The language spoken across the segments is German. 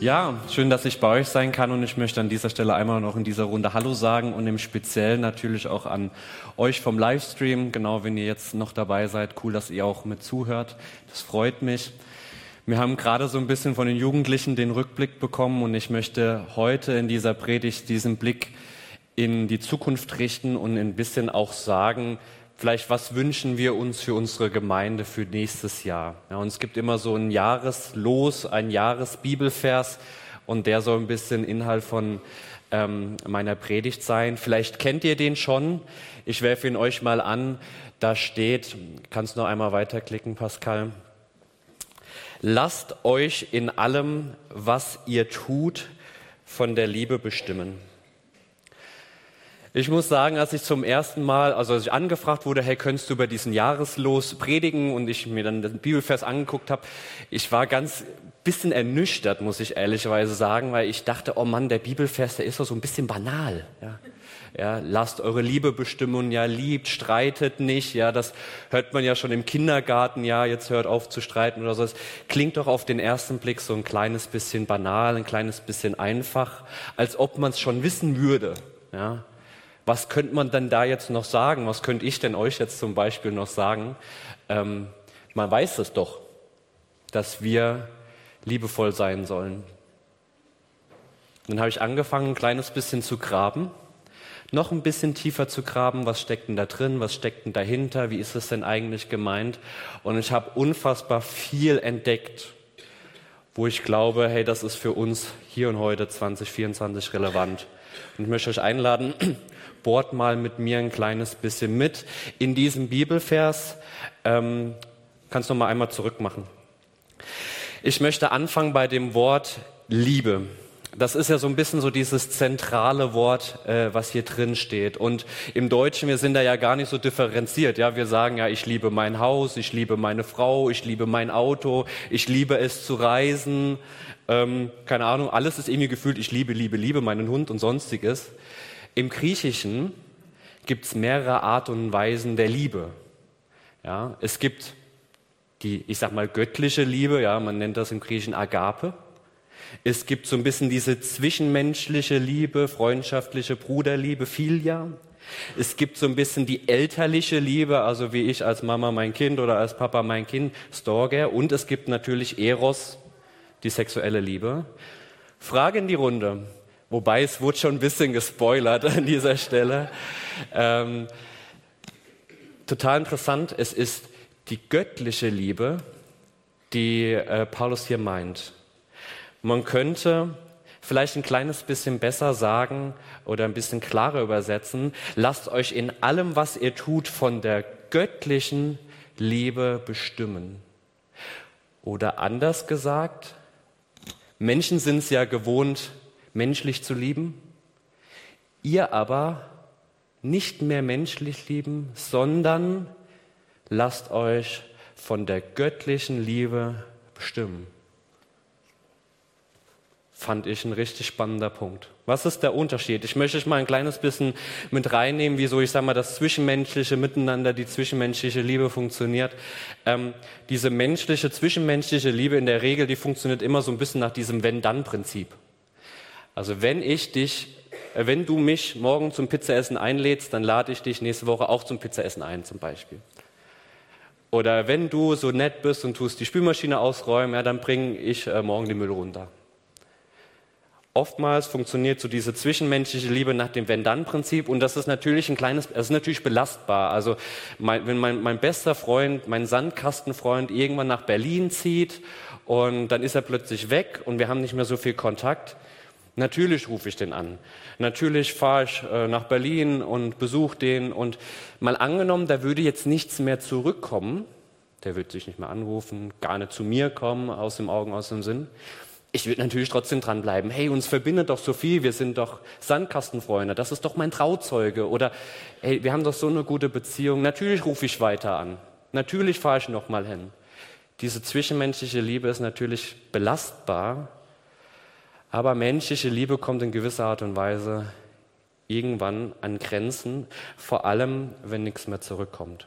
Ja, schön, dass ich bei euch sein kann und ich möchte an dieser Stelle einmal noch in dieser Runde Hallo sagen und im Speziellen natürlich auch an euch vom Livestream. Genau, wenn ihr jetzt noch dabei seid, cool, dass ihr auch mit zuhört. Das freut mich. Wir haben gerade so ein bisschen von den Jugendlichen den Rückblick bekommen und ich möchte heute in dieser Predigt diesen Blick in die Zukunft richten und ein bisschen auch sagen, vielleicht, was wünschen wir uns für unsere Gemeinde für nächstes Jahr? Ja, und es gibt immer so ein Jahreslos, ein Jahresbibelvers und der soll ein bisschen Inhalt von meiner Predigt sein. Vielleicht kennt ihr den schon. Ich werfe ihn euch mal an. Da steht, kannst du noch einmal weiterklicken, Pascal. Lasst euch in allem, was ihr tut, von der Liebe bestimmen. Ich muss sagen, als ich zum ersten Mal, also als ich angefragt wurde, hey, könntest du über diesen Jahreslos predigen und ich mir dann den Bibelvers angeguckt habe, ich war ganz bisschen ernüchtert, muss ich ehrlicherweise sagen, weil ich dachte, oh Mann, der Bibelvers, der ist doch so ein bisschen banal. Ja, lasst eure Liebe bestimmen, ja, liebt, streitet nicht, ja, das hört man ja schon im Kindergarten, ja, jetzt hört auf zu streiten oder so. Das klingt doch auf den ersten Blick so ein kleines bisschen banal, ein kleines bisschen einfach, als ob man es schon wissen würde, ja. Was könnte man denn da jetzt noch sagen? Was könnte ich denn euch jetzt zum Beispiel noch sagen? Man weiß es doch, dass wir liebevoll sein sollen. Dann habe ich angefangen, ein kleines bisschen zu graben, noch ein bisschen tiefer zu graben. Was steckt denn da drin? Was steckt denn dahinter? Wie ist es denn eigentlich gemeint? Und ich habe unfassbar viel entdeckt, wo ich glaube, hey, das ist für uns hier und heute 2024 relevant. Und ich möchte euch einladen, bohrt mal mit mir ein kleines bisschen mit in diesem Bibelvers. Kannst du noch mal einmal zurück machen. Ich möchte anfangen bei dem Wort Liebe. Das ist ja so ein bisschen so dieses zentrale Wort, was hier drin steht. Und im Deutschen, wir sind da ja gar nicht so differenziert. Ja, wir sagen ja, ich liebe mein Haus, ich liebe meine Frau, ich liebe mein Auto, ich liebe es zu reisen. Keine Ahnung, alles ist irgendwie gefühlt, ich liebe meinen Hund und Sonstiges. Im Griechischen gibt es mehrere Arten und Weisen der Liebe. Ja, es gibt die, ich sag mal, göttliche Liebe, ja, man nennt das im Griechischen Agape. Es gibt so ein bisschen diese zwischenmenschliche Liebe, freundschaftliche Bruderliebe, Philia. Es gibt so ein bisschen die elterliche Liebe, also wie ich als Mama mein Kind oder als Papa mein Kind, Storge. Und es gibt natürlich Eros, die sexuelle Liebe. Frage in die Runde. Wobei, es wurde schon ein bisschen gespoilert an dieser Stelle. Total interessant, es ist die göttliche Liebe, die Paulus hier meint. Man könnte vielleicht ein kleines bisschen besser sagen oder ein bisschen klarer übersetzen, lasst euch in allem, was ihr tut, von der göttlichen Liebe bestimmen. Oder anders gesagt, Menschen sind es ja gewohnt, menschlich zu lieben, ihr aber nicht mehr menschlich lieben, sondern lasst euch von der göttlichen Liebe bestimmen. Fand ich ein richtig spannender Punkt. Was ist der Unterschied? Ich möchte euch mal ein kleines bisschen mit reinnehmen, wieso ich sage mal, das zwischenmenschliche Miteinander, die zwischenmenschliche Liebe funktioniert. Diese menschliche, zwischenmenschliche Liebe in der Regel, die funktioniert immer so ein bisschen nach diesem Wenn-Dann-Prinzip. Also wenn du mich morgen zum Pizzaessen einlädst, dann lade ich dich nächste Woche auch zum Pizzaessen ein, zum Beispiel. Oder wenn du so nett bist und tust die Spülmaschine ausräumen, ja, dann bringe ich morgen den Müll runter. Oftmals funktioniert so diese zwischenmenschliche Liebe nach dem Wenn-Dann-Prinzip und das ist natürlich das ist natürlich belastbar. Also wenn mein bester Freund, mein Sandkastenfreund irgendwann nach Berlin zieht und dann ist er plötzlich weg und wir haben nicht mehr so viel Kontakt, natürlich rufe ich den an. Natürlich fahre ich nach Berlin und besuche den und mal angenommen, da würde jetzt nichts mehr zurückkommen, der wird sich nicht mehr anrufen, gar nicht zu mir kommen, aus dem Augen, aus dem Sinn. Ich würde natürlich trotzdem dranbleiben. Hey, uns verbindet doch so viel, wir sind doch Sandkastenfreunde, das ist doch mein Trauzeuge. Oder hey, wir haben doch so eine gute Beziehung. Natürlich rufe ich weiter an. Natürlich fahre ich nochmal hin. Diese zwischenmenschliche Liebe ist natürlich belastbar, aber menschliche Liebe kommt in gewisser Art und Weise irgendwann an Grenzen, vor allem, wenn nichts mehr zurückkommt.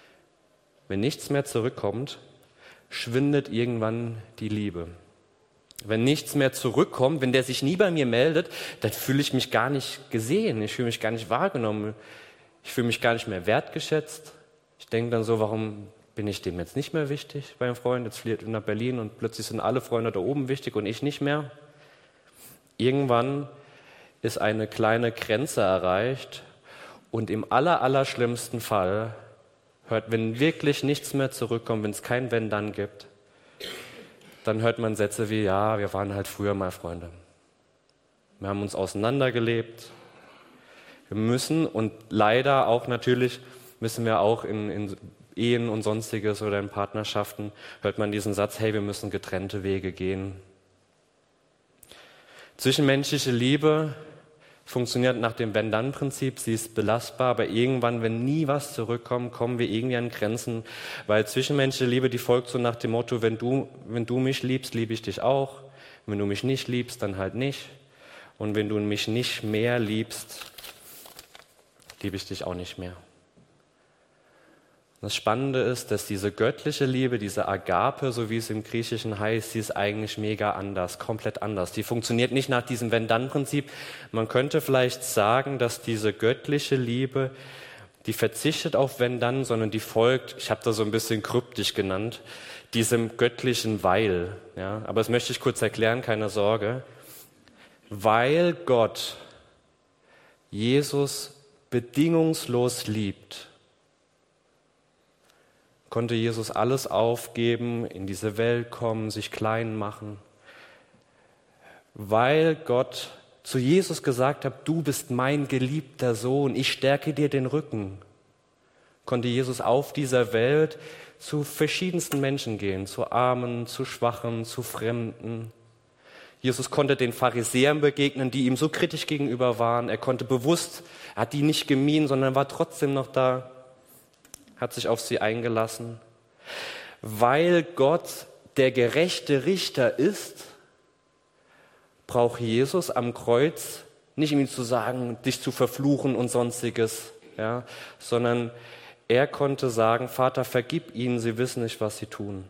Wenn nichts mehr zurückkommt, schwindet irgendwann die Liebe. Wenn nichts mehr zurückkommt, wenn der sich nie bei mir meldet, dann fühle ich mich gar nicht gesehen, ich fühle mich gar nicht wahrgenommen, ich fühle mich gar nicht mehr wertgeschätzt. Ich denke dann so, warum bin ich dem jetzt nicht mehr wichtig beim Freund? Jetzt fliegt er nach Berlin und plötzlich sind alle Freunde da oben wichtig und ich nicht mehr. Irgendwann ist eine kleine Grenze erreicht und im allerschlimmsten Fall wenn wirklich nichts mehr zurückkommt, wenn es kein Wenn dann gibt, dann hört man Sätze wie, ja, wir waren halt früher mal Freunde. Wir haben uns auseinandergelebt. Wir müssen und leider auch natürlich müssen wir auch in Ehen und Sonstiges oder in Partnerschaften, hört man diesen Satz, hey, wir müssen getrennte Wege gehen. Zwischenmenschliche Liebe funktioniert nach dem Wenn-Dann-Prinzip, sie ist belastbar, aber irgendwann, wenn nie was zurückkommt, kommen wir irgendwie an Grenzen, weil zwischenmenschliche Liebe, die folgt so nach dem Motto, wenn du mich liebst, liebe ich dich auch, wenn du mich nicht liebst, dann halt nicht und wenn du mich nicht mehr liebst, liebe ich dich auch nicht mehr. Das Spannende ist, dass diese göttliche Liebe, diese Agape, so wie es im Griechischen heißt, die ist eigentlich mega anders, komplett anders. Die funktioniert nicht nach diesem Wenn-Dann-Prinzip. Man könnte vielleicht sagen, dass diese göttliche Liebe, die verzichtet auf Wenn-Dann, sondern die folgt, ich habe das so ein bisschen kryptisch genannt, diesem göttlichen Weil. Ja? Aber das möchte ich kurz erklären, keine Sorge. Weil Gott Jesus bedingungslos liebt, konnte Jesus alles aufgeben, in diese Welt kommen, sich klein machen. Weil Gott zu Jesus gesagt hat, du bist mein geliebter Sohn, ich stärke dir den Rücken, konnte Jesus auf dieser Welt zu verschiedensten Menschen gehen, zu Armen, zu Schwachen, zu Fremden. Jesus konnte den Pharisäern begegnen, die ihm so kritisch gegenüber waren. Er hat die nicht gemieden, sondern war trotzdem noch da, hat sich auf sie eingelassen. Weil Gott der gerechte Richter ist, braucht Jesus am Kreuz nicht ihm zu sagen, dich zu verfluchen und Sonstiges, ja, sondern er konnte sagen, Vater, vergib ihnen, sie wissen nicht, was sie tun.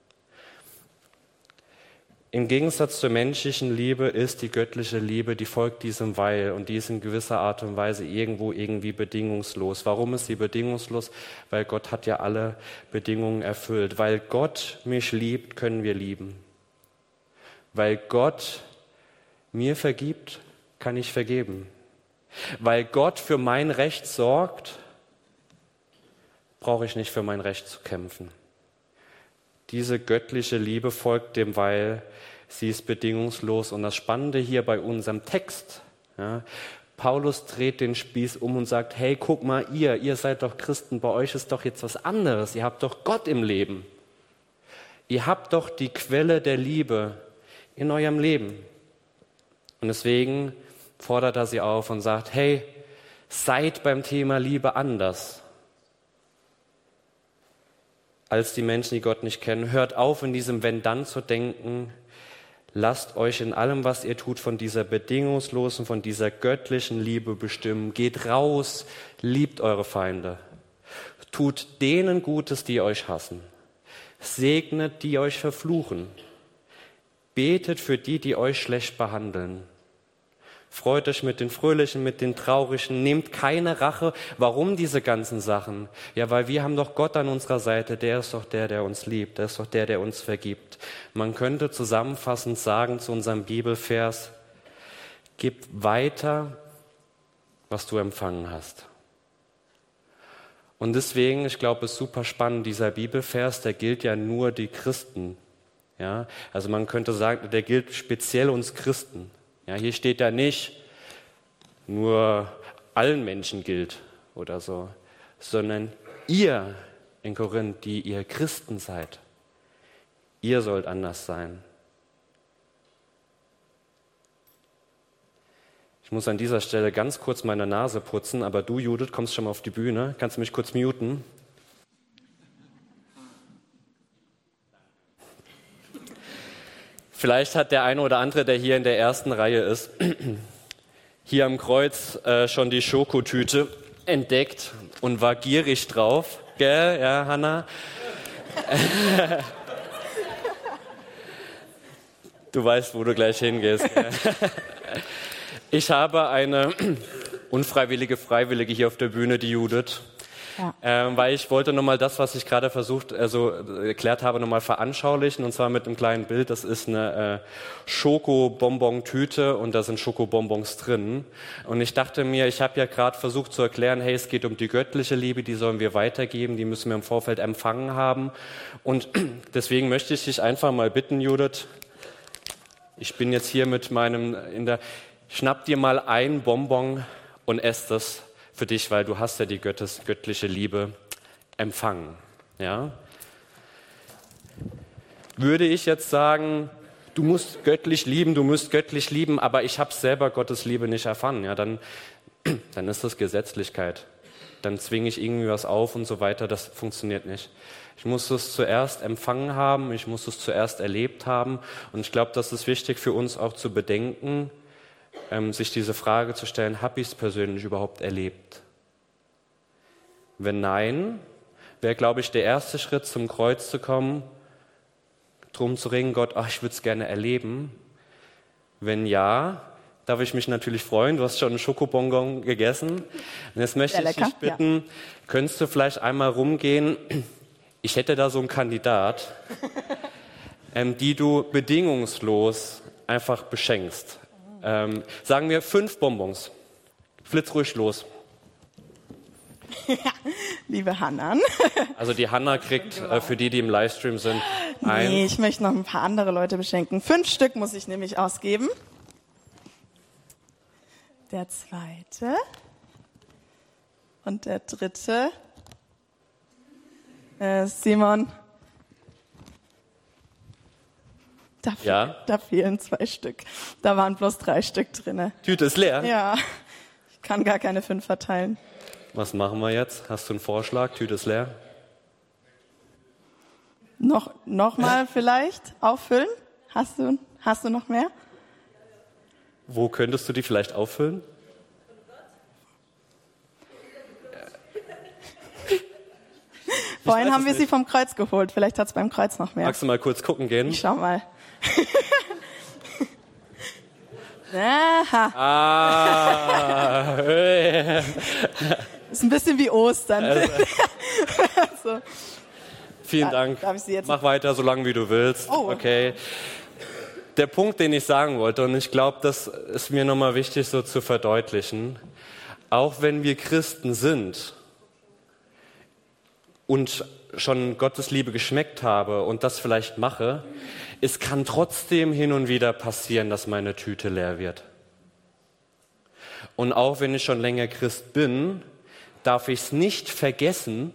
Im Gegensatz zur menschlichen Liebe ist die göttliche Liebe, die folgt diesem Weil und die ist in gewisser Art und Weise irgendwie bedingungslos. Warum ist sie bedingungslos? Weil Gott hat ja alle Bedingungen erfüllt. Weil Gott mich liebt, können wir lieben. Weil Gott mir vergibt, kann ich vergeben. Weil Gott für mein Recht sorgt, brauche ich nicht für mein Recht zu kämpfen. Diese göttliche Liebe folgt dem Weil, sie ist bedingungslos. Und das Spannende hier bei unserem Text, ja, Paulus dreht den Spieß um und sagt, hey, guck mal, ihr seid doch Christen, bei euch ist doch jetzt was anderes. Ihr habt doch Gott im Leben. Ihr habt doch die Quelle der Liebe in eurem Leben. Und deswegen fordert er sie auf und sagt, hey, seid beim Thema Liebe anders als die Menschen, die Gott nicht kennen. Hört auf, in diesem Wenn-Dann zu denken. Lasst euch in allem, was ihr tut, von dieser bedingungslosen, von dieser göttlichen Liebe bestimmen. Geht raus, liebt eure Feinde. Tut denen Gutes, die euch hassen. Segnet, die euch verfluchen. Betet für die, die euch schlecht behandeln. Freut euch mit den Fröhlichen, mit den Traurigen, nehmt keine Rache. Warum diese ganzen Sachen? Ja, weil wir haben doch Gott an unserer Seite, der ist doch der uns liebt, der ist doch der uns vergibt. Man könnte zusammenfassend sagen zu unserem Bibelvers, gib weiter, was du empfangen hast. Und deswegen, ich glaube, es ist super spannend, dieser Bibelvers, der gilt ja nur die Christen. Ja, also man könnte sagen, der gilt speziell uns Christen. Ja, hier steht ja nicht, nur allen Menschen gilt oder so, sondern ihr in Korinth, die ihr Christen seid, ihr sollt anders sein. Ich muss an dieser Stelle ganz kurz meine Nase putzen, aber du, Judith, kommst schon mal auf die Bühne. Kannst du mich kurz muten? Vielleicht hat der eine oder andere, der hier in der ersten Reihe ist, hier am Kreuz schon die Schokotüte entdeckt und war gierig drauf. Gell, ja, Hanna? Du weißt, wo du gleich hingehst. Ich habe eine unfreiwillige Freiwillige hier auf der Bühne, die Judith. Ja. Weil ich wollte nochmal das, was ich gerade erklärt habe, nochmal veranschaulichen. Und zwar mit einem kleinen Bild. Das ist eine Schokobonbon-Tüte und da sind Schokobonbons drin. Und ich dachte mir, ich habe ja gerade versucht zu erklären, hey, es geht um die göttliche Liebe, die sollen wir weitergeben, die müssen wir im Vorfeld empfangen haben. Und deswegen möchte ich dich einfach mal bitten, Judith, ich bin jetzt hier mit schnapp dir mal ein Bonbon und ess das für dich, weil du hast ja die göttliche Liebe empfangen. Ja? Würde ich jetzt sagen, du musst göttlich lieben, aber ich habe selber Gottes Liebe nicht erfahren, ja, dann ist das Gesetzlichkeit. Dann zwinge ich irgendwie was auf und so weiter, das funktioniert nicht. Ich muss es zuerst empfangen haben, ich muss es zuerst erlebt haben und ich glaube, das ist wichtig für uns auch zu bedenken, sich diese Frage zu stellen, habe ich es persönlich überhaupt erlebt? Wenn nein, wäre, glaube ich, der erste Schritt zum Kreuz zu kommen, drum zu ringen, Gott, ich würde es gerne erleben. Wenn ja, darf ich mich natürlich freuen, du hast schon einen Schokobonbon gegessen. Und jetzt möchte ich dich bitten, könntest du vielleicht einmal rumgehen, ich hätte da so einen Kandidat, die du bedingungslos einfach beschenkst. Sagen wir 5 Bonbons. Flitz ruhig los. Liebe Hannan. Also die Hanna kriegt, für die im Livestream sind, Nee, ich möchte noch ein paar andere Leute beschenken. 5 Stück muss ich nämlich ausgeben. Der zweite. Und der dritte. Simon. Da fehlen 2 Stück. Da waren bloß 3 Stück drin. Tüte ist leer? Ja, ich kann gar keine 5 verteilen. Was machen wir jetzt? Hast du einen Vorschlag? Tüte ist leer? Noch mal vielleicht auffüllen? Hast du noch mehr? Wo könntest du die vielleicht auffüllen? Vorhin haben wir sie vom Kreuz geholt. Vielleicht hat es beim Kreuz noch mehr. Magst du mal kurz gucken gehen? Ich schau mal. Aha. Ist ein bisschen wie Ostern. So. Vielen Dank. Darf ich Sie jetzt? Mach weiter, so lange wie du willst. Oh. Okay. Der Punkt, den ich sagen wollte, und ich glaube, das ist mir nochmal wichtig so zu verdeutlichen, auch wenn wir Christen sind und schon Gottes Liebe geschmeckt habe und das vielleicht mache, es kann trotzdem hin und wieder passieren, dass meine Tüte leer wird. Und auch wenn ich schon länger Christ bin, darf ich es nicht vergessen,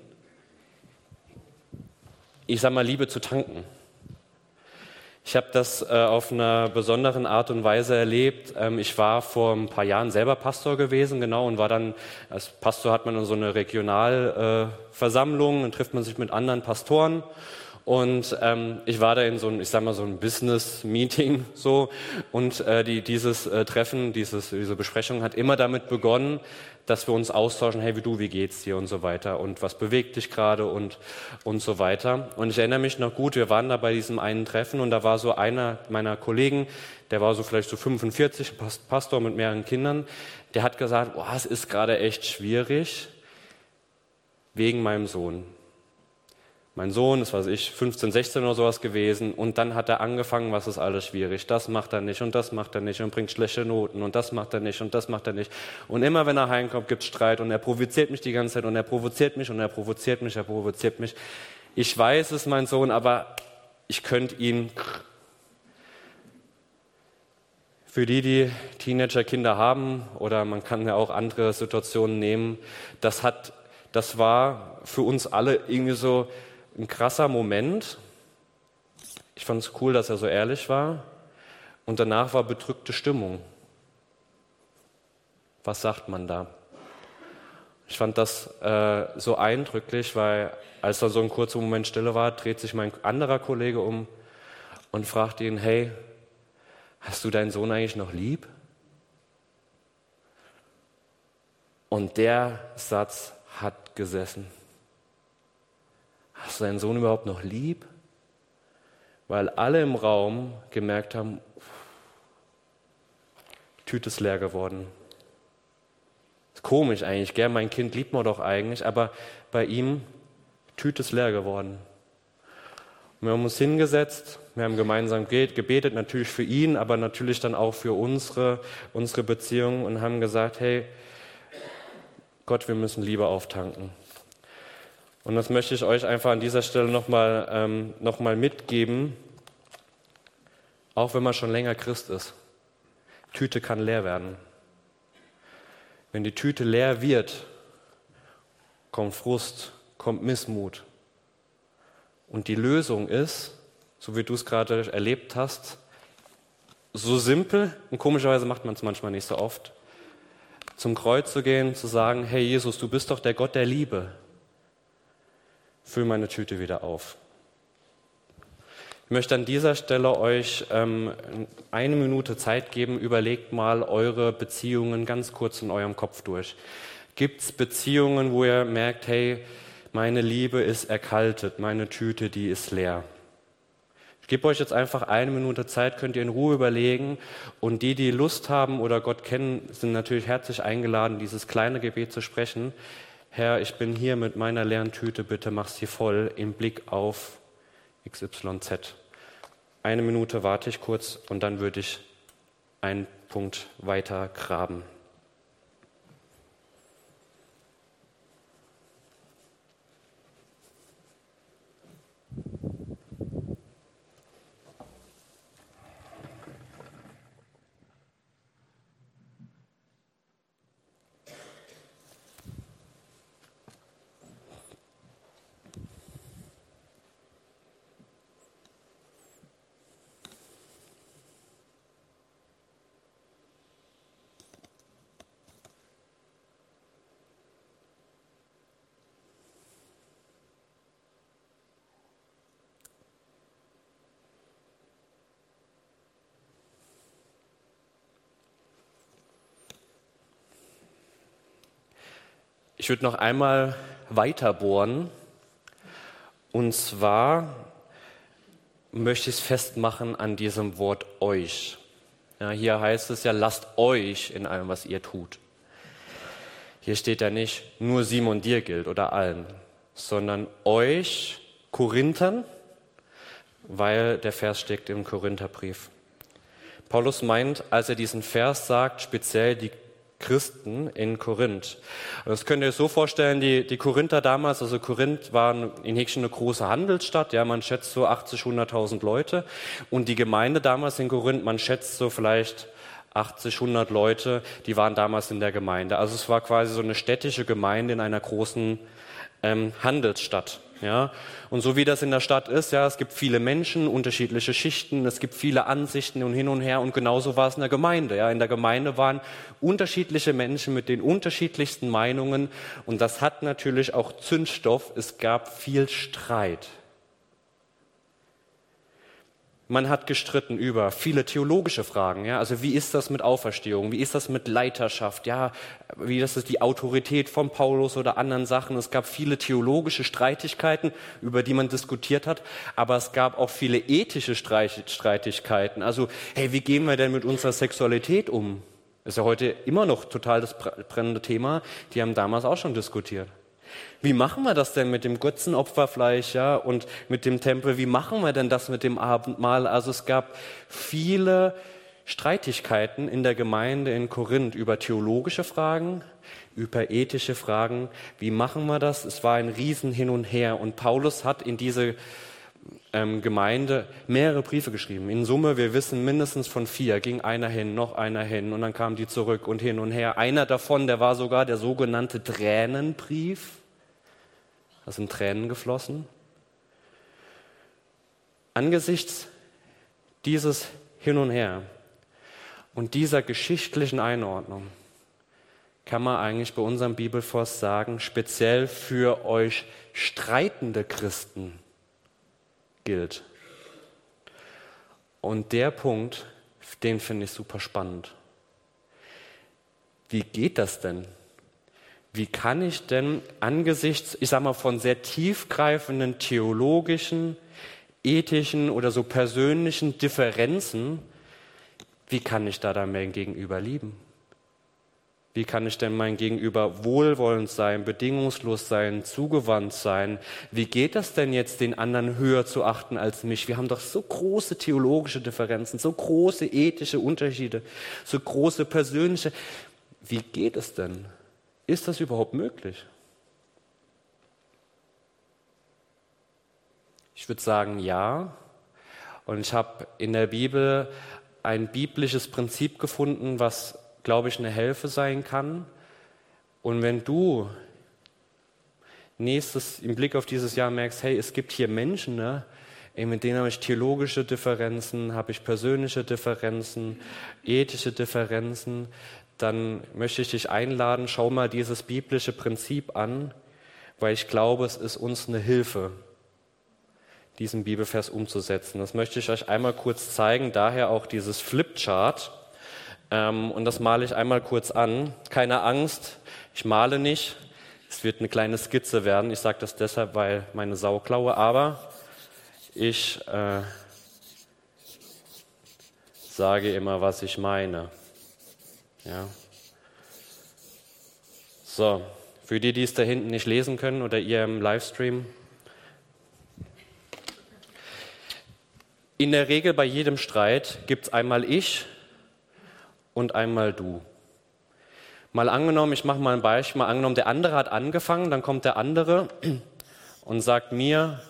Liebe zu tanken. Ich habe das auf einer besonderen Art und Weise erlebt. Ich war vor ein paar Jahren selber Pastor gewesen, genau, und war dann, als Pastor hat man dann so eine Regionalversammlung, dann trifft man sich mit anderen Pastoren. Und ich war da in so ein Business-Meeting so und dieses Treffen, diese Besprechung hat immer damit begonnen, dass wir uns austauschen, hey, wie geht's dir und so weiter und was bewegt dich gerade und so weiter. Und ich erinnere mich noch gut, wir waren da bei diesem einen Treffen und da war so einer meiner Kollegen, der war so vielleicht so 45, Pastor mit mehreren Kindern, der hat gesagt, es ist gerade echt schwierig wegen meinem Sohn. Mein Sohn, das weiß ich, 15, 16 oder sowas gewesen und dann hat er angefangen, was ist alles schwierig, das macht er nicht und das macht er nicht und bringt schlechte Noten und das macht er nicht und das macht er nicht. Und immer wenn er heimkommt, gibt es Streit und er provoziert mich die ganze Zeit und er provoziert mich und er provoziert mich, er provoziert mich. Ich weiß, es ist mein Sohn, aber ich könnte ihn... Für die Teenager-Kinder haben oder man kann ja auch andere Situationen nehmen, das war für uns alle irgendwie so ein krasser Moment. Ich fand es cool, dass er so ehrlich war. Und danach war bedrückte Stimmung. Was sagt man da? Ich fand das so eindrücklich, weil als da so ein kurzer Moment Stille war, dreht sich mein anderer Kollege um und fragt ihn, hey, hast du deinen Sohn eigentlich noch lieb? Und der Satz hat gesessen. Hast du deinen Sohn überhaupt noch lieb? weil alle im Raum gemerkt haben, die Tüte ist leer geworden. Ist komisch eigentlich, gell? Mein Kind liebt man doch eigentlich, aber bei ihm, die Tüte ist leer geworden. Und wir haben uns hingesetzt, wir haben gemeinsam gebetet, natürlich für ihn, aber natürlich dann auch für unsere Beziehung und haben gesagt, hey, Gott, wir müssen Liebe auftanken. Und das möchte ich euch einfach an dieser Stelle nochmal mitgeben, auch wenn man schon länger Christ ist. Die Tüte kann leer werden. Wenn die Tüte leer wird, kommt Frust, kommt Missmut. Und die Lösung ist, so wie du es gerade erlebt hast, so simpel, und komischerweise macht man es manchmal nicht so oft, zum Kreuz zu gehen, zu sagen, hey Jesus, du bist doch der Gott der Liebe. Füll meine Tüte wieder auf. Ich möchte an dieser Stelle euch 1 Minute Zeit geben, überlegt mal eure Beziehungen ganz kurz in eurem Kopf durch. Gibt es Beziehungen, wo ihr merkt, hey, meine Liebe ist erkaltet, meine Tüte, die ist leer? Ich gebe euch jetzt einfach 1 Minute Zeit, könnt ihr in Ruhe überlegen. Und die Lust haben oder Gott kennen, sind natürlich herzlich eingeladen, dieses kleine Gebet zu sprechen. Herr, ich bin hier mit meiner leeren Tüte, bitte mach sie voll im Blick auf XYZ. 1 Minute warte ich kurz und dann würde ich einen Punkt weiter graben. Ich würde noch einmal weiter bohren. Und zwar möchte ich es festmachen an diesem Wort euch. Ja, hier heißt es ja, lasst euch in allem, was ihr tut. Hier steht ja nicht, nur Simon dir gilt oder allen, sondern euch Korinthern, weil der Vers steckt im Korintherbrief. Paulus meint, als er diesen Vers sagt, speziell die Christen in Korinth. Und das könnt ihr euch so vorstellen, die Korinther damals, also Korinth war in Häkchen eine große Handelsstadt, ja, man schätzt so 80, 100.000 Leute. Und die Gemeinde damals in Korinth, man schätzt so vielleicht 80, 100 Leute, die waren damals in der Gemeinde. Also es war quasi so eine städtische Gemeinde in einer großen Handelsstadt. Ja, und so wie das in der Stadt ist, ja, es gibt viele Menschen, unterschiedliche Schichten, es gibt viele Ansichten und hin und her und genauso war es in der Gemeinde. Ja, in der Gemeinde waren unterschiedliche Menschen mit den unterschiedlichsten Meinungen und das hat natürlich auch Zündstoff, es gab viel Streit. Man hat gestritten über viele theologische Fragen, ja, also wie ist das mit Auferstehung, wie ist das mit Leiterschaft, ja, wie ist das die Autorität von Paulus oder anderen Sachen. Es gab viele theologische Streitigkeiten, über die man diskutiert hat, aber es gab auch viele ethische Streitigkeiten. Also, hey, wie gehen wir denn mit unserer Sexualität um? Ist ja heute immer noch total das brennende Thema, die haben damals auch schon diskutiert. Wie machen wir das denn mit dem Götzenopferfleisch, ja, und mit dem Tempel? Wie machen wir denn das mit dem Abendmahl? Also es gab viele Streitigkeiten in der Gemeinde in Korinth über theologische Fragen, über ethische Fragen. Wie machen wir das? Es war ein Riesen hin und her. Und Paulus hat in diese Gemeinde mehrere Briefe geschrieben. In Summe, wir wissen mindestens von 4, ging einer hin, noch einer hin und dann kamen die zurück und hin und her. Einer davon, der war sogar der sogenannte Tränenbrief. Da sind Tränen geflossen. Angesichts dieses Hin und Her und dieser geschichtlichen Einordnung kann man eigentlich bei unserem Bibelvers sagen, speziell für euch streitende Christen gilt. Und der Punkt, den finde ich super spannend. Wie geht das denn? Wie kann ich denn angesichts, ich sag mal, von sehr tiefgreifenden theologischen, ethischen oder so persönlichen Differenzen, wie kann ich da dann mein Gegenüber lieben? Wie kann ich denn mein Gegenüber wohlwollend sein, bedingungslos sein, zugewandt sein? Wie geht das denn jetzt, den anderen höher zu achten als mich? Wir haben doch so große theologische Differenzen, so große ethische Unterschiede, so große persönliche. Wie geht es denn? Ist das überhaupt möglich? Ich würde sagen, ja. Und ich habe in der Bibel ein biblisches Prinzip gefunden, was, glaube ich, eine Hilfe sein kann. Und wenn du im Blick auf dieses Jahr merkst, hey, es gibt hier Menschen, ne, mit denen habe ich theologische Differenzen, habe ich persönliche Differenzen, ethische Differenzen, dann möchte ich dich einladen, schau mal dieses biblische Prinzip an, weil ich glaube, es ist uns eine Hilfe, diesen Bibelvers umzusetzen. Das möchte ich euch einmal kurz zeigen, daher auch dieses Flipchart. Und das male ich einmal kurz an. Keine Angst, ich male nicht. Es wird eine kleine Skizze werden. Ich sage das deshalb, weil meine Sau klaue, aber ich sage immer, was ich meine. Ja. So, für die, die es da hinten nicht lesen können oder ihr im Livestream. In der Regel bei jedem Streit gibt es einmal ich und einmal du. Mal angenommen, ich mache mal ein Beispiel, mal angenommen, der andere hat angefangen, dann kommt der andere und sagt mir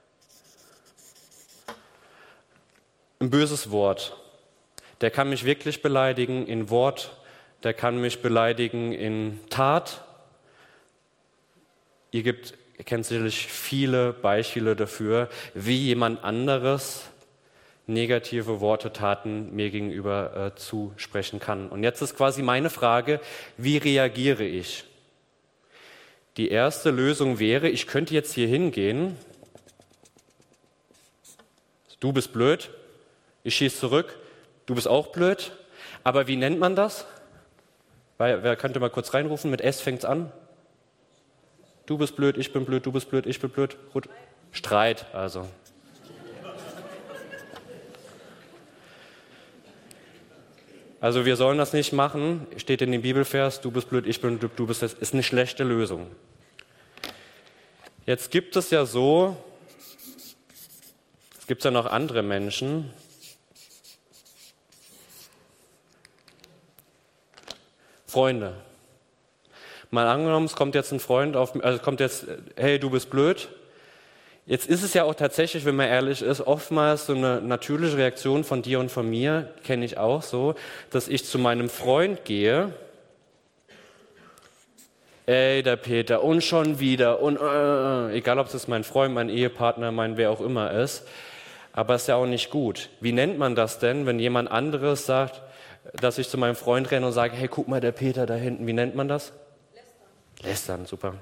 ein böses Wort. Der kann mich wirklich beleidigen in Wort, der kann mich beleidigen in Tat. Ihr kennt sicherlich viele Beispiele dafür, wie jemand anderes negative Worte, Taten mir gegenüber zusprechen kann. Und jetzt ist quasi meine Frage, wie reagiere ich? Die erste Lösung wäre, ich könnte jetzt hier hingehen, du bist blöd, ich schieße zurück, du bist auch blöd, aber wie nennt man das? Wer könnte mal kurz reinrufen, mit S fängt's an? Du bist blöd, ich bin blöd, du bist blöd, ich bin blöd. Gut. Streit, also. Also wir sollen das nicht machen, steht in dem Bibelvers, du bist blöd, ich bin blöd, du bist das, ist eine schlechte Lösung. Jetzt gibt es ja noch andere Menschen, Freunde. Mal angenommen, es kommt jetzt ein Freund hey, du bist blöd. Jetzt ist es ja auch tatsächlich, wenn man ehrlich ist, oftmals so eine natürliche Reaktion von dir und von mir, kenne ich auch so, dass ich zu meinem Freund gehe, ey, der Peter, und schon wieder, und egal ob es mein Freund, mein Ehepartner, mein wer auch immer ist, aber es ist ja auch nicht gut. Wie nennt man das denn, wenn jemand anderes sagt, dass ich zu meinem Freund renne und sage, hey, guck mal, der Peter da hinten, wie nennt man das? Lästern, super.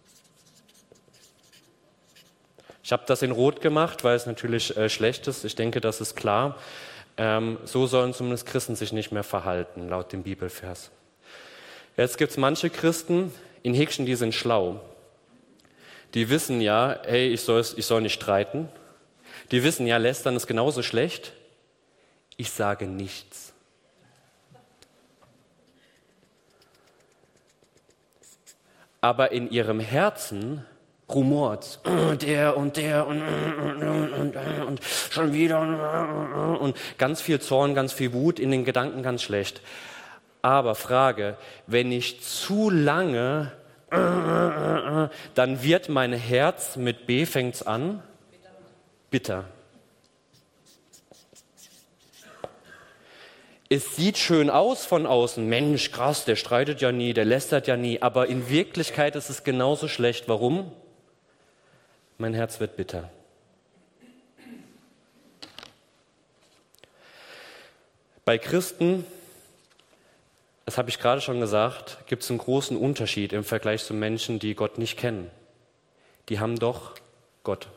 Ich habe das in Rot gemacht, weil es natürlich schlecht ist. Ich denke, das ist klar. So sollen zumindest Christen sich nicht mehr verhalten, laut dem Bibelvers. Jetzt gibt es manche Christen in Häkchen, die sind schlau. Die wissen ja, hey, ich soll nicht streiten. Die wissen ja, lästern ist genauso schlecht. Ich sage nichts. Aber in ihrem Herzen rumort, der und schon wieder und ganz viel Zorn, ganz viel Wut, in den Gedanken ganz schlecht. Aber Frage, wenn ich zu lange, dann wird mein Herz, mit B fängt's an, bitter. Es sieht schön aus von außen, Mensch, krass, der streitet ja nie, der lästert ja nie, aber in Wirklichkeit ist es genauso schlecht. Warum? Mein Herz wird bitter. Bei Christen, das habe ich gerade schon gesagt, gibt es einen großen Unterschied im Vergleich zu Menschen, die Gott nicht kennen. Die haben doch Gott.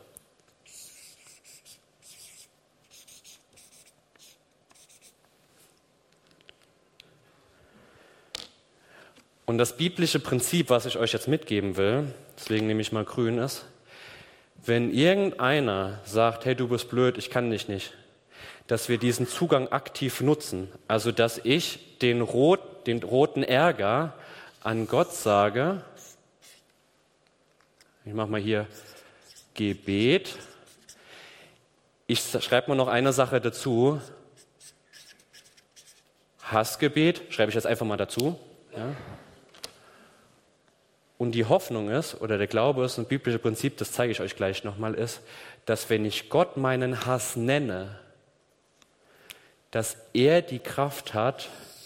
Und das biblische Prinzip, was ich euch jetzt mitgeben will, deswegen nehme ich mal grün ist, wenn irgendeiner sagt, hey, du bist blöd, ich kann dich nicht, dass wir diesen Zugang aktiv nutzen. Also, dass ich den roten Ärger an Gott sage, ich mache mal hier Gebet. Ich schreibe mal noch eine Sache dazu. Hassgebet, schreibe ich jetzt einfach mal dazu. Ja. Und die Hoffnung ist, oder der Glaube ist, ein biblisches Prinzip, das zeige ich euch gleich nochmal, ist, dass wenn ich Gott meinen Hass nenne, dass er die Kraft hat,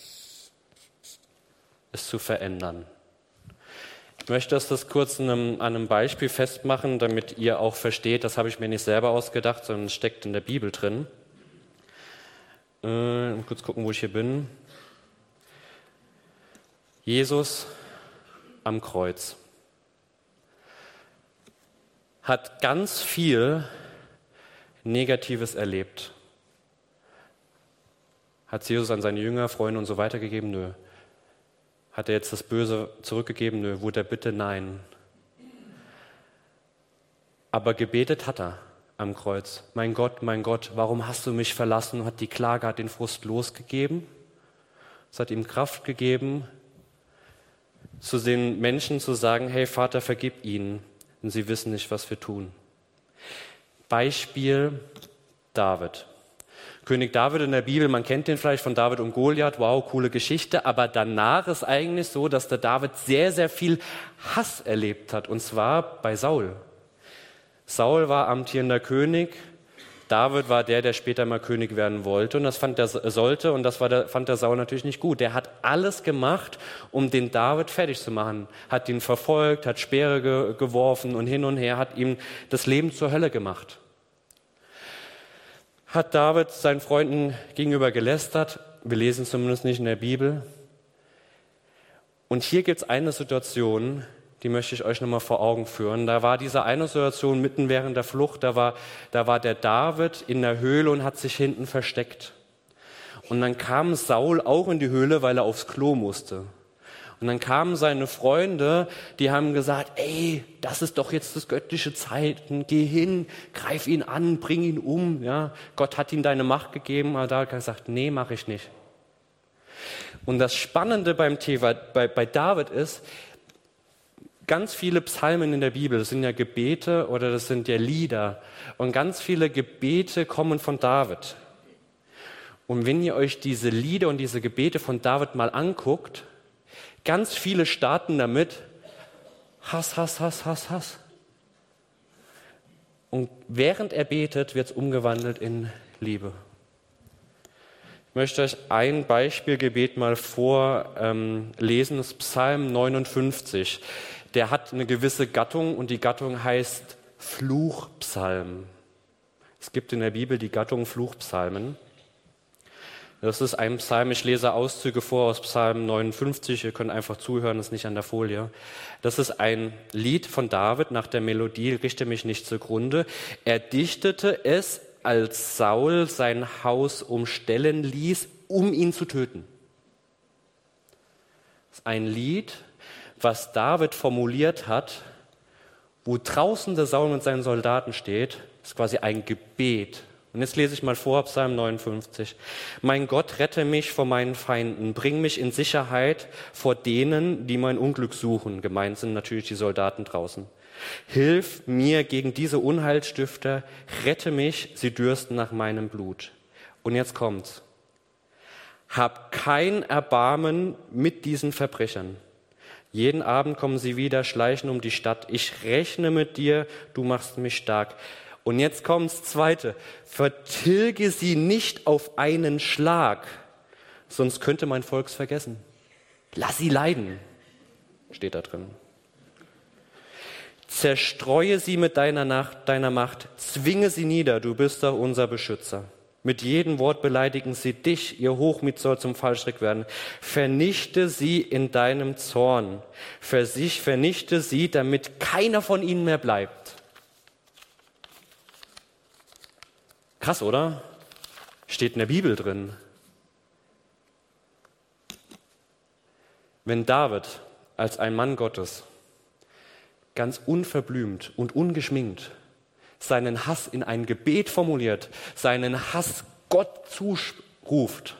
es zu verändern. Ich möchte das kurz an einem Beispiel festmachen, damit ihr auch versteht, das habe ich mir nicht selber ausgedacht, sondern es steckt in der Bibel drin. Kurz gucken, wo ich hier bin. Jesus am Kreuz hat ganz viel Negatives erlebt. Hat Jesus an seine Jünger, Freunde und so weiter gegeben? Nö. Hat er jetzt das Böse zurückgegeben? Nö. Wurde er bitte? Nein. Aber gebetet hat er am Kreuz. Mein Gott, warum hast du mich verlassen? Hat die Klage, hat den Frust losgegeben. Es hat ihm Kraft gegeben, zu den Menschen zu sagen, hey Vater, vergib ihnen, denn sie wissen nicht, was wir tun. Beispiel David. König David in der Bibel, man kennt den vielleicht von David und Goliath, wow, coole Geschichte, aber danach ist eigentlich so, dass der David sehr, sehr viel Hass erlebt hat, und zwar bei Saul. Saul war amtierender König, David war der später mal König werden wollte, und das fand der Saul natürlich nicht gut. Der hat alles gemacht, um den David fertig zu machen, hat ihn verfolgt, hat Speere geworfen und hin und her, hat ihm das Leben zur Hölle gemacht. Hat David seinen Freunden gegenüber gelästert, wir lesen es zumindest nicht in der Bibel. Und hier gibt es eine Situation, die möchte ich euch nochmal vor Augen führen. Da war diese eine Situation mitten während der Flucht, da war der David in der Höhle und hat sich hinten versteckt. Und dann kam Saul auch in die Höhle, weil er aufs Klo musste. Und dann kamen seine Freunde, die haben gesagt, ey, das ist doch jetzt das göttliche Zeichen, geh hin, greif ihn an, bring ihn um. Ja, Gott hat ihm deine Macht gegeben, aber da hat er gesagt, nee, mache ich nicht. Und das Spannende bei David ist, ganz viele Psalmen in der Bibel, das sind ja Gebete oder das sind ja Lieder. Und ganz viele Gebete kommen von David. Und wenn ihr euch diese Lieder und diese Gebete von David mal anguckt, ganz viele starten damit, Hass, Hass, Hass, Hass, Hass. Und während er betet, wird es umgewandelt in Liebe. Ich möchte euch ein Beispielgebet mal vorlesen, das ist Psalm 59. Der hat eine gewisse Gattung und die Gattung heißt Fluchpsalm. Es gibt in der Bibel die Gattung Fluchpsalmen. Das ist ein Psalm, ich lese Auszüge vor aus Psalm 59, ihr könnt einfach zuhören, das ist nicht an der Folie. Das ist ein Lied von David nach der Melodie, richte mich nicht zugrunde. Er dichtete es, als Saul sein Haus umstellen ließ, um ihn zu töten. Das ist ein Lied, was David formuliert hat, wo draußen der Saul mit seinen Soldaten steht, ist quasi ein Gebet. Und jetzt lese ich mal vor, Psalm 59. Mein Gott, rette mich vor meinen Feinden, bring mich in Sicherheit vor denen, die mein Unglück suchen. Gemeint sind natürlich die Soldaten draußen. Hilf mir gegen diese Unheilstifter, rette mich, sie dürsten nach meinem Blut. Und jetzt kommt's. Hab kein Erbarmen mit diesen Verbrechern. Jeden Abend kommen sie wieder, schleichen um die Stadt. Ich rechne mit dir, du machst mich stark. Und jetzt kommt das Zweite. Vertilge sie nicht auf einen Schlag, sonst könnte mein Volk es vergessen. Lass sie leiden, steht da drin. Zerstreue sie mit deiner Macht, zwinge sie nieder, du bist doch unser Beschützer. Mit jedem Wort beleidigen sie dich, ihr Hochmut soll zum Fallstrick werden. Vernichte sie in deinem Zorn, vernichte sie, damit keiner von ihnen mehr bleibt. Krass, oder? Steht in der Bibel drin. Wenn David als ein Mann Gottes ganz unverblümt und ungeschminkt seinen Hass in ein Gebet formuliert, seinen Hass Gott zuruft,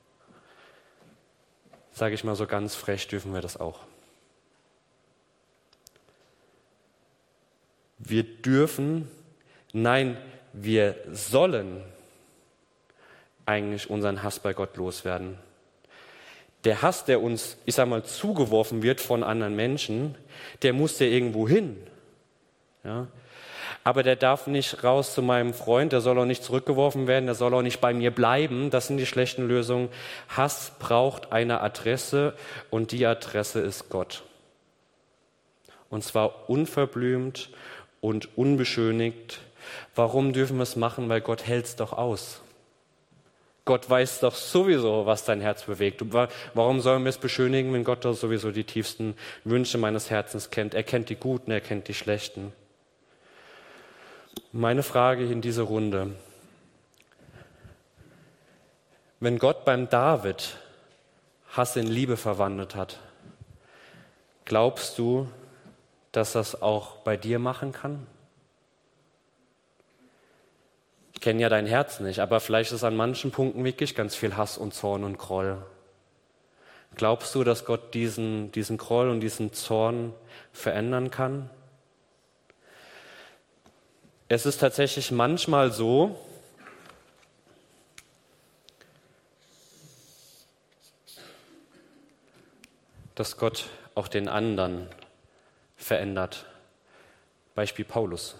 sage ich mal so ganz frech, dürfen wir das auch. Wir dürfen, nein, wir sollen eigentlich unseren Hass bei Gott loswerden. Der Hass, der uns, ich sag mal, zugeworfen wird von anderen Menschen, der muss ja irgendwo hin. Ja? Aber der darf nicht raus zu meinem Freund, der soll auch nicht zurückgeworfen werden, der soll auch nicht bei mir bleiben. Das sind die schlechten Lösungen. Hass braucht eine Adresse und die Adresse ist Gott. Und zwar unverblümt und unbeschönigt. Warum dürfen wir es machen? Weil Gott hält es doch aus. Gott weiß doch sowieso, was dein Herz bewegt. Warum sollen wir es beschönigen, wenn Gott doch sowieso die tiefsten Wünsche meines Herzens kennt? Er kennt die Guten, er kennt die Schlechten. Meine Frage in dieser Runde: Wenn Gott beim David Hass in Liebe verwandelt hat, glaubst du, dass das auch bei dir machen kann? Ich kenne ja dein Herz nicht, aber vielleicht ist an manchen Punkten wirklich ganz viel Hass und Zorn und Groll. Glaubst du, dass Gott diesen Groll und diesen Zorn verändern kann? Es ist tatsächlich manchmal so, dass Gott auch den anderen verändert. Beispiel Paulus.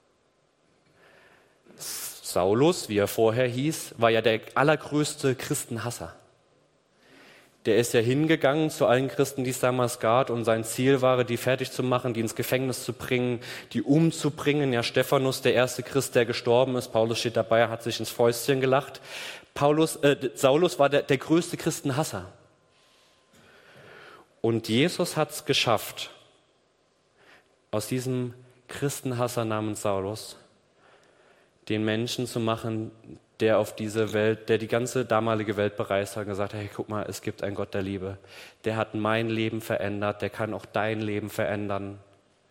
Saulus, wie er vorher hieß, war ja der allergrößte Christenhasser. Der ist ja hingegangen zu allen Christen, die es damals gab, und sein Ziel war, die fertig zu machen, die ins Gefängnis zu bringen, die umzubringen. Ja, Stephanus, der erste Christ, der gestorben ist, Paulus steht dabei, hat sich ins Fäustchen gelacht. Saulus war der größte Christenhasser. Und Jesus hat es geschafft, aus diesem Christenhasser namens Saulus den Menschen zu machen, der auf diese Welt, der die ganze damalige Welt bereist hat und gesagt hat, hey, guck mal, es gibt einen Gott der Liebe. Der hat mein Leben verändert, der kann auch dein Leben verändern.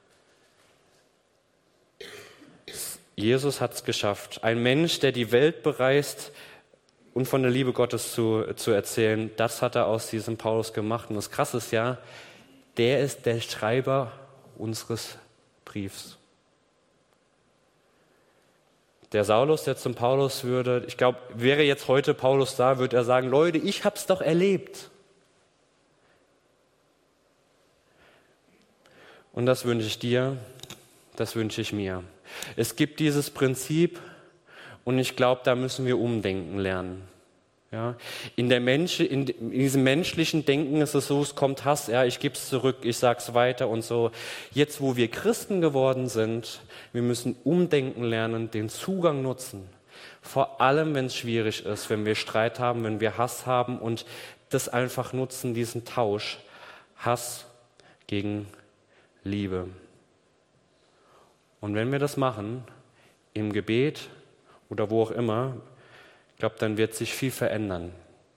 Jesus hat es geschafft. Ein Mensch, der die Welt bereist und von der Liebe Gottes zu erzählen, das hat er aus diesem Paulus gemacht. Und das Krasse ist ja, der ist der Schreiber unseres Briefs. Der Saulus, der zum Paulus würde, ich glaube, wäre jetzt heute Paulus da, würde er sagen, Leute, ich hab's doch erlebt. Und das wünsche ich dir, das wünsche ich mir. Es gibt dieses Prinzip und ich glaube, da müssen wir umdenken lernen. Ja, in diesem menschlichen Denken ist es so, es kommt Hass, ja, ich gebe es zurück, ich sage es weiter und so. Jetzt, wo wir Christen geworden sind, wir müssen umdenken lernen, den Zugang nutzen. Vor allem, wenn es schwierig ist, wenn wir Streit haben, wenn wir Hass haben und das einfach nutzen, diesen Tausch. Hass gegen Liebe. Und wenn wir das machen, im Gebet oder wo auch immer, ich glaube, dann wird sich viel verändern.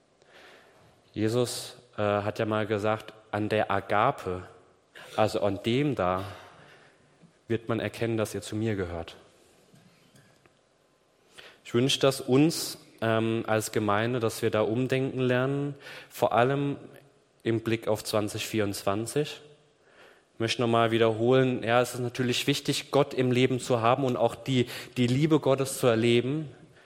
Jesus hat ja mal gesagt, an der Agape, also an dem da, wird man erkennen, dass ihr zu mir gehört. Ich wünsche das uns als Gemeinde, dass wir da umdenken lernen, vor allem im Blick auf 2024. Ich möchte nochmal wiederholen, ja, es ist natürlich wichtig, Gott im Leben zu haben und auch die Liebe Gottes zu erleben.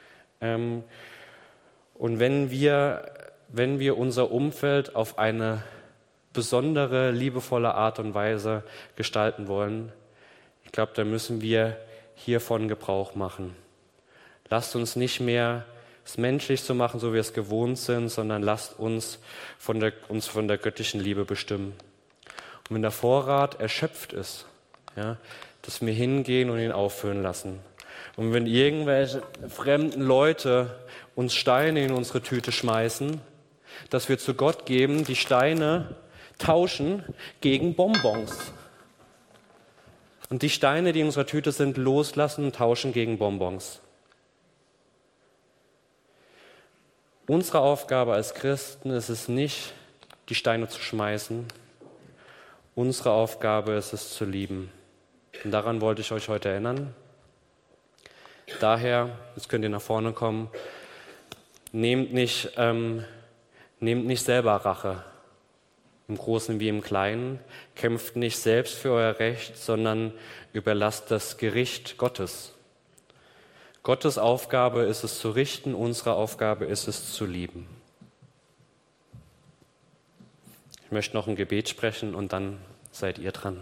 Und wenn wir unser Umfeld auf eine besondere, liebevolle Art und Weise gestalten wollen, ich glaube, dann müssen wir hiervon Gebrauch machen. Lasst uns nicht mehr es menschlich zu machen, so wie wir es gewohnt sind, sondern lasst uns von der göttlichen Liebe bestimmen. Und wenn der Vorrat erschöpft ist, ja, dass wir hingehen und ihn auffüllen lassen. Und wenn irgendwelche fremden Leute uns Steine in unsere Tüte schmeißen, dass wir zu Gott geben, die Steine tauschen gegen Bonbons. Und die Steine, die in unserer Tüte sind, loslassen und tauschen gegen Bonbons. Unsere Aufgabe als Christen ist es nicht, die Steine zu schmeißen. Unsere Aufgabe ist es zu lieben. Und daran wollte ich euch heute erinnern. Daher, jetzt könnt ihr nach vorne kommen, nehmt nicht selber Rache, im Großen wie im Kleinen. Kämpft nicht selbst für euer Recht, sondern überlasst das Gericht Gottes. Gottes Aufgabe ist es zu richten, unsere Aufgabe ist es zu lieben. Ich möchte noch ein Gebet sprechen und dann seid ihr dran.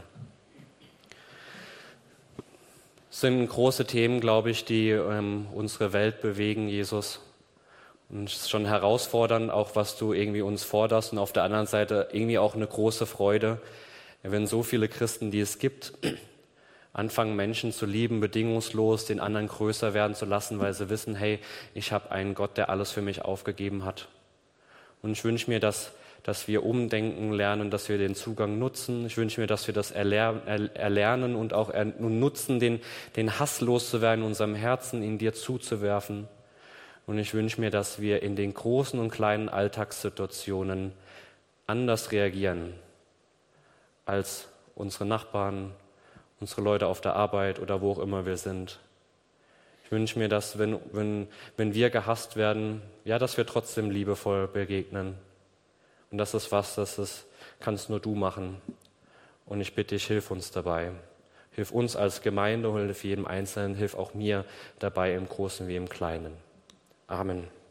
Es sind große Themen, glaube ich, die unsere Welt bewegen, Jesus. Und es ist schon herausfordernd, auch was du irgendwie uns forderst und auf der anderen Seite irgendwie auch eine große Freude, wenn so viele Christen, die es gibt, anfangen Menschen zu lieben, bedingungslos, den anderen größer werden zu lassen, weil sie wissen, hey, ich habe einen Gott, der alles für mich aufgegeben hat. Und ich wünsche mir, dass wir umdenken lernen, dass wir den Zugang nutzen. Ich wünsche mir, dass wir das erlernen und auch nutzen, den Hass loszuwerden in unserem Herzen, in dir zuzuwerfen. Und ich wünsche mir, dass wir in den großen und kleinen Alltagssituationen anders reagieren als unsere Nachbarn, unsere Leute auf der Arbeit oder wo auch immer wir sind. Ich wünsche mir, dass wenn wir gehasst werden, ja, dass wir trotzdem liebevoll begegnen. Und das kannst nur du machen. Und ich bitte dich, hilf uns dabei. Hilf uns als Gemeinde, hilf jedem Einzelnen, hilf auch mir dabei im Großen wie im Kleinen. Amen.